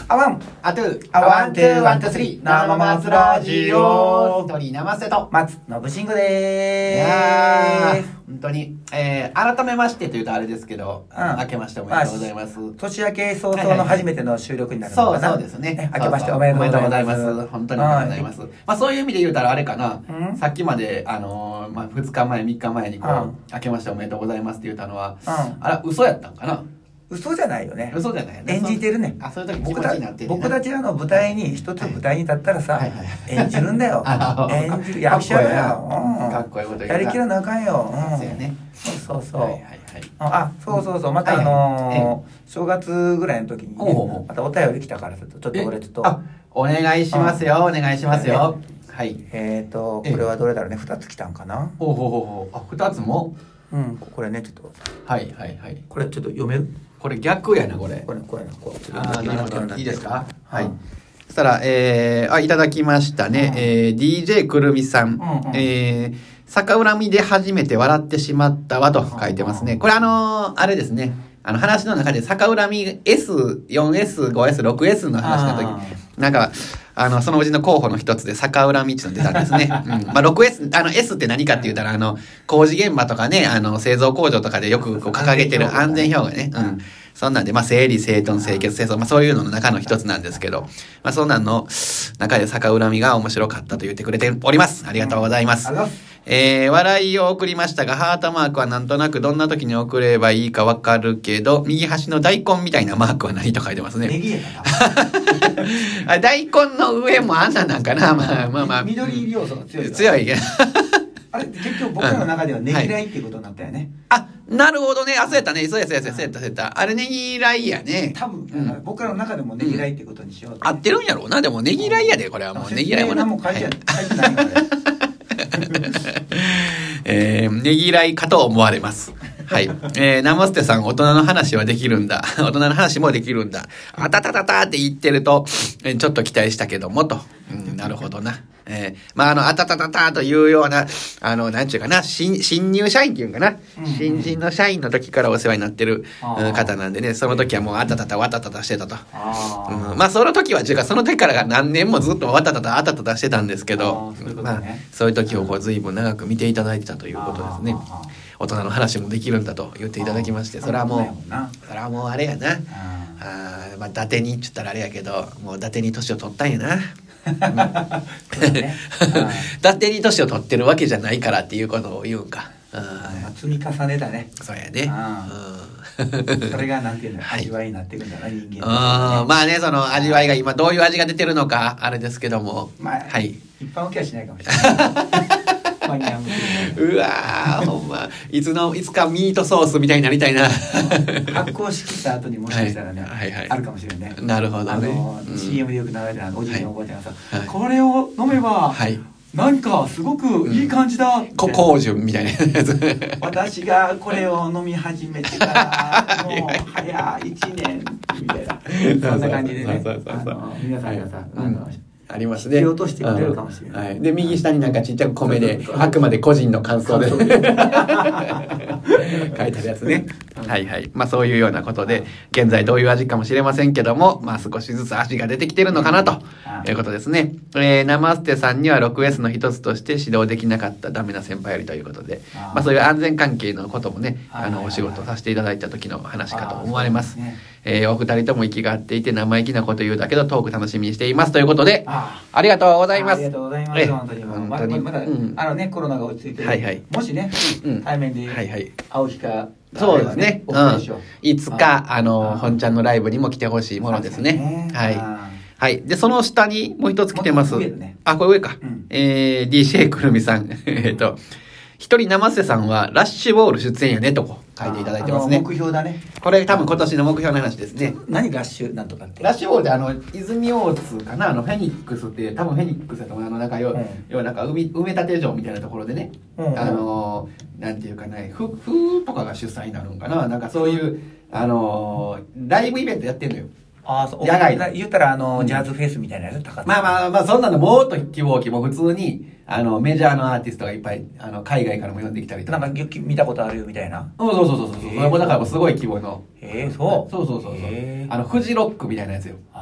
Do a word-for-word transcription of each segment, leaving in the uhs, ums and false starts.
あワン、 あトゥー、 あワン、ツー、ワン、ツー、スリー、生松ラジオ。 一人生瀬と。 松信慎吾いでやーーす。 本当に、えー、改めましてというとあれですけど、 うん明けましておめでとうございます。 年明け早々の初めての収録になるのそうかな。 そうですね。 明けましておめでとうございます。 おめでとうございます本当におめでとうございます。まあそういう意味で言うたらあれかな、 うんさっきまで、あのー、まあふつかまえ、みっかまえにこう、 うん明けましておめでとうございますって言ったのは、 うんあら、嘘やったんかな。 嘘じゃないよね。 嘘じゃないよね。 演じてるね。 あ、そういう時気持僕たちになってるね僕たちあの舞台に一つ舞台に立ったらさ、 はいはい演じるんだよ。 あ演じる役者だよ。うんかっこいいこと言うなやりきらなあかんよ。うんそうやね。 そうそうそう。 はいはいはい。 あ、そうそうそう。またあはいはいのー正月ぐらいの時におうおうおうね、またお便り来たからちょっとちょっと俺ちょっとあ、お願いしますよ。お願いしますよ。はい。 えーとええこれはどれだろうね、二つ来たんかな。 ほうほうほうほう。あ、二つも。 うん、これねちょっとはいはいはい。 これちょっと読める？ これ逆やなこれ。 これこれこうちょっとあーなるほど。 読めるようになっていいですか。はい。 うんそしたら、えー、あ、いただきましたね。 うんえー、ディージェー くるみさん。 うんうんえー、逆恨みで初めて笑ってしまったわと書いてますね。これあのー、あれですね。あの話の中で逆恨み エスよんエスごエスろくエス の話の時あなんかあのそのうちの候補の一つで逆恨みっていうの出たんですね、うん、まあ ろくエス あの S って何かって言ったらあの工事現場とかねあの製造工場とかでよくこう掲げてる安全標語ね、うん、そんなんでまあ整理整頓清潔清掃まあそういうのの中の一つなんですけどまあそんなんの中で逆恨みが面白かったと言ってくれております。ありがとうございます。 ありがとうございます。 えー、笑いを送りましたが、ハートマークはなんとなくどんな時に送ればいいかわかるけど、右端の大根みたいなマークはないと書いてますね。 ネギやな。 あ大根の上もあんななんかな、まあまあまあ。 緑色要素が強いから。 強い。 あれって結局僕らの中ではねぎらいっていうことになったよね。 あ、なるほどね。あ、そうやったね。そうやそうやそうやそうやったそうやった。あれねぎらいやね。 多分、 うん僕らの中でもねぎらいっていうことにしようと。 合ってるんやろうな。でもねぎらいやで、これはもうねぎらいもな。 もう書いて書いてないので。 えー、ねぎらいかと思われます。はい。えー、ナモステさん、大人の話はできるんだ。大人の話もできるんだ。あたたたたって言ってると、えーちょっと期待したけども、と。うん、なるほどな。えー、まあ、あの、あたたたたというような、あの、なんちゅうかな、新、新入社員っていうんかな。 うんうん新人の社員の時からお世話になってる、 あーうん方なんでね、その時はもうあたたたわたたたしてたと。 あーうん、まあその時は、違うか、その時からが何年もずっとわたたたあたたたしてたんですけど、 あーそういうことまあね、 そういう時をこう随分長く見ていただいてたということですね。 あー大人の話もできるんだと言っていただきまして、 あーそれはもう、 そうだよなそれはもうあれやな。 ああーまあ、伊達にって言ったらあれやけど、もう伊達に年を取ったんやな。 そうだね伊達に年を取ってるわけじゃないからっていうことを言うんか。うんまあ積み重ねだね。 そうやね。 あうんそれがなんていうの、 はい味わいになっていくんだな、人間あーまあね、その味わいが今どういう味が出てるのか、あれですけども。 まあ、 はい。 一般受けはしないかもしれない。マニア向けうわー、ほんま、いつの、いつかミートソースみたいになりたいな。 発酵しきった後にもしかしたらね、 はいはいはいあるかもしれないね。 なるほどねあの、 うんシーエム でよく流れてるあのおじいちゃんおばあちゃんがさ、 はいこれを飲めば、 はい。 なんかすごくいい感じだ、 こ、高順みたいなやつ。 私がこれを飲み始めてからもう早いちねんみたいなそんな感じでねそうそうそうそうあの皆さんがさ、 うんあのありますね。 引き落としてくれるかもしれないうんはい。で、右下になんかちっちゃく米でそうそう、そうあくまで個人の感想で感想で書いてあるやつね。はいはい。まあそういうようなことで、現在どういう味かもしれませんけども、まあ少しずつ味が出てきてるのかなということですね。えー、生捨てさんには ろくエス の一つとして指導できなかったダメな先輩よりということで、 あーまあそういう安全関係のこともね、 はいあの、お仕事をさせていただいた時の話かと思われます。 あーそうですねえー、お二人とも息が合っていて生意気なこと言うだけどトーク楽しみにしていますということで、 あありがとうございます。 ありがとうございます。 ええ本当にもう本当にまだまだ、 うんあのねコロナが落ち着いて、 はいはいもしね、 うん対面ではいはい会う日か、 そうですね。 おうん二人でしょう。 いつか、あの、 あー本ちゃんのライブにも来てほしいものですね。はい。 あはい。で、その下にもう一つ来てます。 もっと上だねあ、これ上か。 うんえー、ディージェー くるみさん。えっと、一人生瀬さんはラッシュボール出演やねとこ書いていただいてますねあの。目標だね。 これ多分今年の目標の話ですね。 何ラッシュなんとかって。 ラッシュボールであの、泉大津かなあの、フェニックスって、多分フェニックスだと思う。あの、なんか要、 うん要はなんか埋め埋め立て場みたいなところでね、 うんうんあのー、なんていうかね、ふ、ふとかが主催になるんかななんかそういう、あのー、ライブイベントやってんのよ。 ああ、そう。 野外のな言ったらあの、 うんジャズフェスみたいなやつ高まあまあまあ、そんなのもっと規模大きい、もう普通に、あの、メジャーのアーティストがいっぱい、あの、海外からも呼んできたりとか。 なんかよく見たことあるよみたいな。 そうそうそうそうそう。 へーそれもだからもうすごい規模の。 ええそう。 そうそうそうそう。 へーあの、フジロックみたいなやつよ。 あ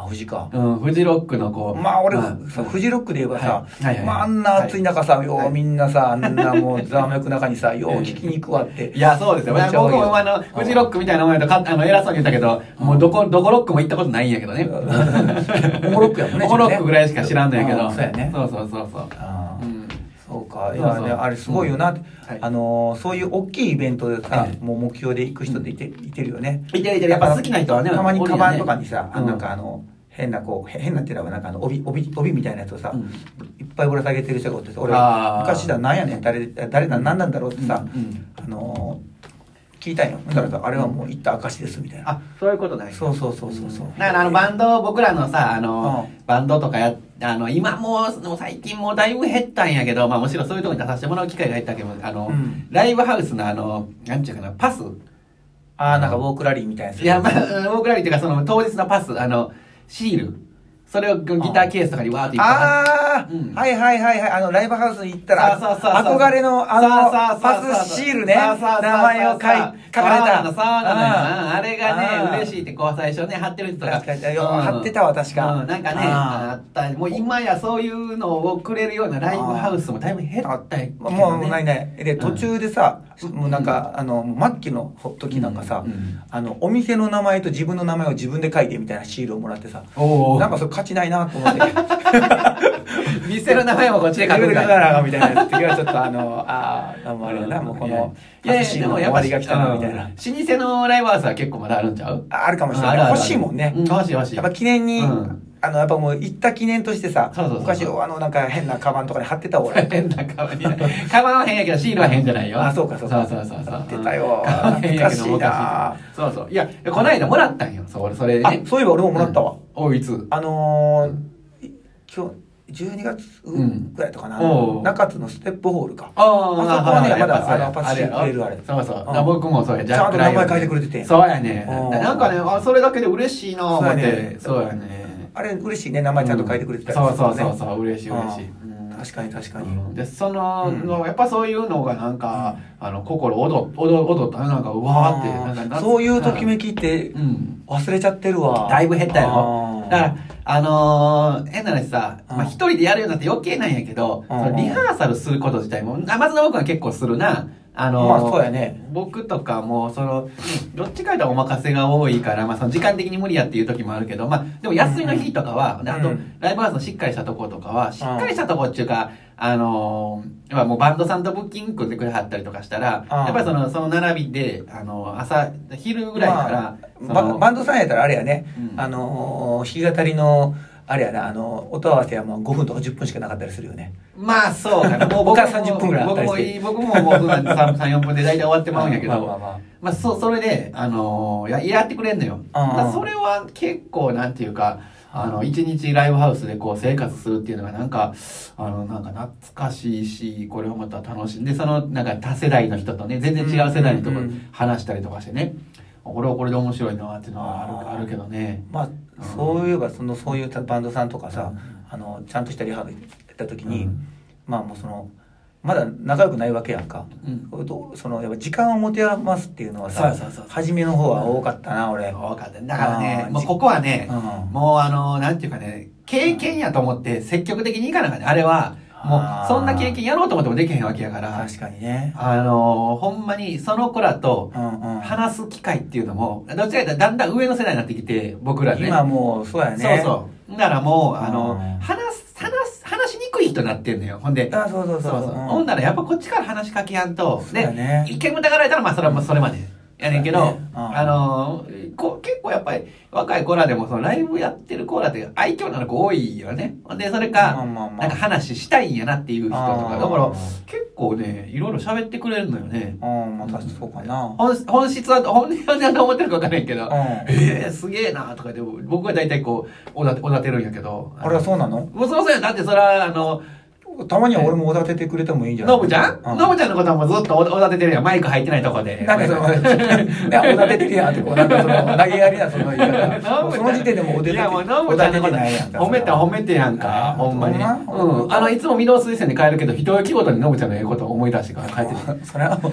あ、富士か。 うん、フジロックのこう。 まあ俺、 まあさフジロックで言えばさ、 はいはいはいまああんな暑い中さ、よはいうみんなさ、あんなもうざわめく中にさ、よう聞きに行くわって。 いや、そうですよ。 めっちゃ多いよ僕もあの、フジロックみたいなもんやとか、あの、偉そうに言ったけど、もうどこ、どこロックも行ったことないんやけどね。 おもロックやもんね。 おもロックぐらいしか知らんのやけど。 うんそうやね。 そうそうそうそう。 あーうんそうか。いそうそうやね、あれすごいよな。 はいあのー、そういう大きいイベントでさえ、えもう目標で行く人っていて、いてるよね。 いてるいてる。やっぱ好きな人はね、 たまにカバンとかにさ、 さ、あなんかあの、変なこう、へ変なっていうのはなんかあの、帯、帯、帯みたいなやつをさ、 うんいっぱいぶら下げてる人がおってさ、俺、 あー昔だ、なんやねん、誰、誰だ、なんなんだろうってさ、 うんうんあのー、聞いたんよ。だからさ、あれはもう行った証です、みたいな。 あ、そういうことない。 そうそうそうそうそう。 だからあのバンド、僕らのさ、あの、 うバンドとかや、あの、今もう、もう最近もうだいぶ減ったんやけど、まあもちろんそういうとこに出させてもらう機会が減ったけど、あの、 うんライブハウスのあの、なんちゅうかな、パス。 ああ、なんかウォークラリーみたいなやつ。 いや、まあ、僕らにっていうか、その当日のパス、あの、シール。それをギターケースとかにわーっていっぱい貼ってああ、 うんはいはいはいはい。あの、ライブハウスに行ったら、 そうそうそうそう憧れの、あの、 そうそうそうパそうスシールね。 そうそうそうそう名前を書い、書かれた。 そうなの、そうなのよ。 あうんあれがね、 あー嬉しいって、こう最初ね、貼ってる人とか。 確かにようん貼ってたわ確かうん、なんかね、 あーあった。もう今やそういうのをくれるようなライブハウスもだいぶ減ったけどね。 もう、もうないない。で、途中でさ、 うんもうなんか、あの、末期の時なんかさ、 うんうんあの、お店の名前と自分の名前を自分で書いてみたいなシールをもらってさ、 おーなんかそれ価値ないなと思って。 店の名前もこっちで書くん自分で書かかい。 なあかんみたいな時はちょっとあの、ああ、もうあれやな、もうこの、 いやいやパスシールの終わりが来たなみたいな。 うん老舗のライブハウスは結構まだあるんちゃう？ ああるかもしれない。 あるあるある欲しいもんね。 うん欲しい欲しい。 やっぱ記念に、 うんあの、やっぱもう行った記念としてさ、 そうそうそう昔、あの、なんか変なカバンとかに貼ってた俺。 変なカバンに。カバンは変やけど、シールは変じゃないよ。 あそうかそうかそうそうそうそう。 貼ってたよカバン変やけど懐かそうそう。いや、この間もらったんよ。そう、それであね。、 そういえば俺ももらったわ。 うんおいつ。 あのー、い今日、じゅうにがつんぐらいとかな、 おう中津のステップホールか。 あああそこはねいやまだやっぱそうやあのパスシールくれるあれそうそう。だんから僕もそうや。 ちゃんと名前書いてくれててそうやね。 うんなんかね、あ、それだけで嬉しいな思ってそうやね。 そうやね。 あれ嬉しいね、名前ちゃんと書いてくれてたりそうするのねそうそうそう、嬉しい嬉しい。 うんうん確かに確かに。 でその、 うんやっぱそういうのがなんか、あの心踊踊踊ったなんかうわーってなんかなんかそういうときめきってうん忘れちゃってるわ。 だいぶ減ったよあーだからあのー、変な話さ、 うんまあ、一人でやるようになって余計なんやけど、 うんそのリハーサルすること自体もあ松田僕は結構するなあのーまあそうやね。 僕とかもそのどっちかというとお任せが多いから、まあ、その時間的に無理やっていう時もあるけど、まあ、でも休みの日とかは、 うんあとうんライブハウスのしっかりしたとことかはしっかりしたとこっていうか、あのー、やっぱもうバンドさんとブッキング組んでくれはったりとかしたら、 うんやっぱりそのその並びで、あの朝昼ぐらいから、そバのバンドさんやったらあれやね、 うんあのー、弾き語りのあれやな、あの音合わせはもうごふんとかじゅっぷんしかなかったりするよね。 まあそうかな。もう僕も僕はさんじゅっぷんぐらいあっ僕もたりしていい、僕ももうそんなさん、よんぷんで大体終わってまうんやけど、 まあまあまあまあそう、それで、あのーや、やってくれんのよ。だからそれは結構なんていうか、あの、一日ライブハウスでこう生活するっていうのがなんか、あの、なんか懐かしいし、これをまた楽しんで、そのなんか他世代の人とね、全然違う世代の人とうんうんうん話したりとかしてね、これはこれで面白いなっていうのはあるあーあるけどね。 まあ、そういえばそのそういうバンドさんとかさ、 うんあのちゃんとしたリハーサルやった時に、 うんまあもうそのまだ仲良くないわけやんか、 うんどうそのやっぱ時間を持て余すっていうのはさ、 そうそうそう初めの方は多かったな、俺。 多かった。だからねあ、ーもうここはね、 うんもうあの、なんていうかね、経験やと思って積極的にいかなかった。あれは、もうそんな経験やろうと思ってもできへんわけやから、 確かにね。 あの、ほんまにその子らとうんうん。 話す機会っていうのも、どっちかというとだんだん上の世代になってきて、僕らね。 今もうそうやね。 そうそう。だからもう、あの、 うん話す、話す、話しにくい人になってんのよ。ほんで、 あ、そうそうそうそうそう。 うんほんならやっぱこっちから話しかけやんと、 そうやね一見疑われたらまあそれはもうそれまでやねんけど、 そうやねうんあのこ結構やっぱり若い子らでもそのライブやってる子らって愛嬌のある子多いよね。ほんで、それか、 まあまあまあなんか話したいんやなっていう人とか、 あーだから結構ね、いろいろ喋ってくれるのよね。 うん、まあ確かにそうかな。 本本質は、本音は何と思ってるか分からへんけど、 うんええー、すげえなとかで、僕は大体こう、おだおだてるんやけど。 あれはそうなの？ もうそうそうやん。だってそれは、あの、 たまには俺もおだててくれてもいいんじゃない？ ノブちゃんうノブちゃんのことはもうずっとおおだててるやん。マイク入ってないとこで。 なんかその、ね、おだててるやんって、こうなんかその、投げやりな、その言い方。もうその時点でもうおだてて、 いやもうノおブちゃんのことだててないやんか。 褒めて褒めてやんか。 あーほんまに。 ほんまうん。あの、いつも御堂水線で帰るけど、一駅ごとにノブちゃんのええことを思い出してから帰ってる。 それはもう、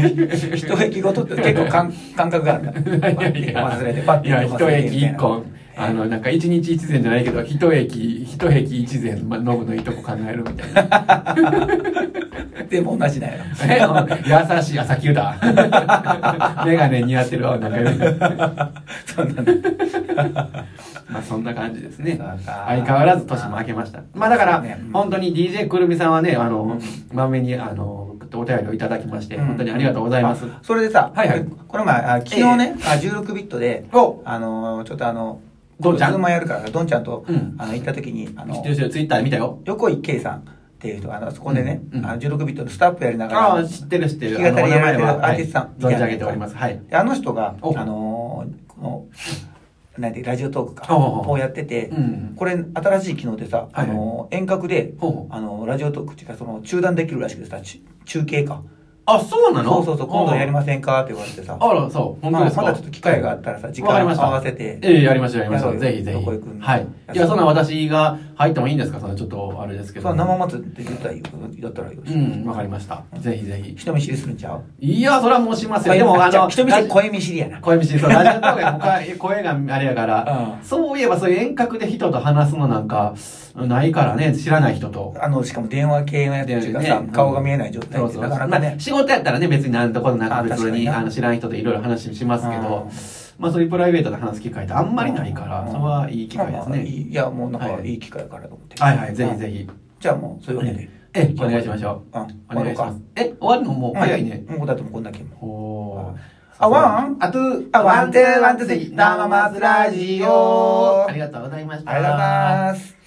一駅ごとって結構感感覚があるんだ。 いやいや忘れて、パッていや、一駅一個。 あの、なんか一日一善じゃないけど、一駅、一駅一善、ま、ノブのいいとこ考えるみたいな。 でも同じだよ。 え、優しい、あ、さっき言うた。メガネ似合ってるわ、なんか言う。 そんなんだ。 まあそんな感じですね。 そうか相変わらず年も明けました。まあだからね、 本当に ディージェー くるみさんはね、あの、まめに、あの、お便りをいただきまして、 うん本当にありがとうございます。 あそれでさ、 はいはいこの前、あ昨日ね、あじゅうろくビットで、 おあのー、ちょっとあの、 どんちゃんズームやるから、どんちゃんと、 うんあの、行った時に、あの知って、る人ツイッター見たよ。 横井圭さんっていう人が、あの、そこでね、 うんうんあのじゅうろくビットのスタッフやりながら、 ああ、知ってる知ってる。 弾き語りやられてるあのお名前はアーティストさんはい存じ上げております。はい。 であの人が、 おあのー、この、なんて、ラジオトークか、 おうおうをやってて、 うん。 これ、新しい機能でさ、 はいあのー、遠隔で、 ほうほうあのー、ラジオトークっていうか、その、中断できるらしくてさ、ち中継か。 あ、そうなのそうそうそう、今度やりませんかって言われてさ、 あら、そう。本当ですかまあまだちょっと機会があったらさ、時間合わかりましたわせて、 ええ、やりましょう、やりましょう。 やろうよぜひぜひ。 どこ行くんのはい。いや、そんな私が入ってもいいんですかそのちょっと、あれですけど。 そう生松って言ったらいいよ、やったらいいよ。 うん、わかりました。ぜひぜひ。 人見知りするんちゃういや、それはもうしますよ。でも、あの、 人見知り、声見知りやな。 声見知り、そう、ラジオトークでも声声があれやから、 うんそういえばそういう遠隔で人と話すのなんか、ないからね、知らない人と。 あの、しかも電話系のやつがさ、 ね顔が見えない状態で、 そうそう。 なかなかねまあ、。仕事やったらね、別になんところなあく普通に、 確かになあの、知らん人といろいろ話しますけどうん、 まあそういうプライベートで話す機会ってあんまりないから、それはいい機会ですまあまあいね。 いいや、もうなんかはいいい機会からと思って。 はいはい、ぜひぜひ。 じゃあもう、そういうわけで。 え、お願いしましょう。 うん、 お願いします。え、終わるのもう早いね。 もうだってもうこんだけも。 おー。 あ、ワンあと、 あ、ワン、ツー、ワン、ツー、スリー、生松ラジオ。 ありがとうございました。 ありがとうございます。